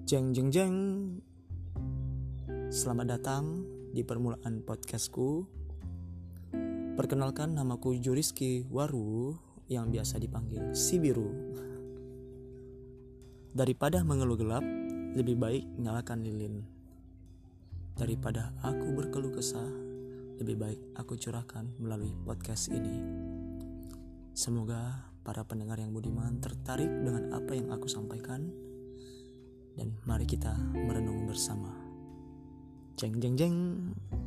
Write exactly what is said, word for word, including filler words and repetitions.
Jeng jeng jeng. Selamat datang di permulaan podcastku. Perkenalkan, namaku Juriski Waru yang biasa dipanggil si biru. Daripada mengeluh gelap, lebih baik nyalakan lilin. Daripada aku berkeluh kesah, lebih baik aku curahkan melalui podcast ini. Semoga para pendengar yang budiman tertarik dengan apa yang aku sampaikan. Dan mari kita merenung bersama. Jeng jeng jeng.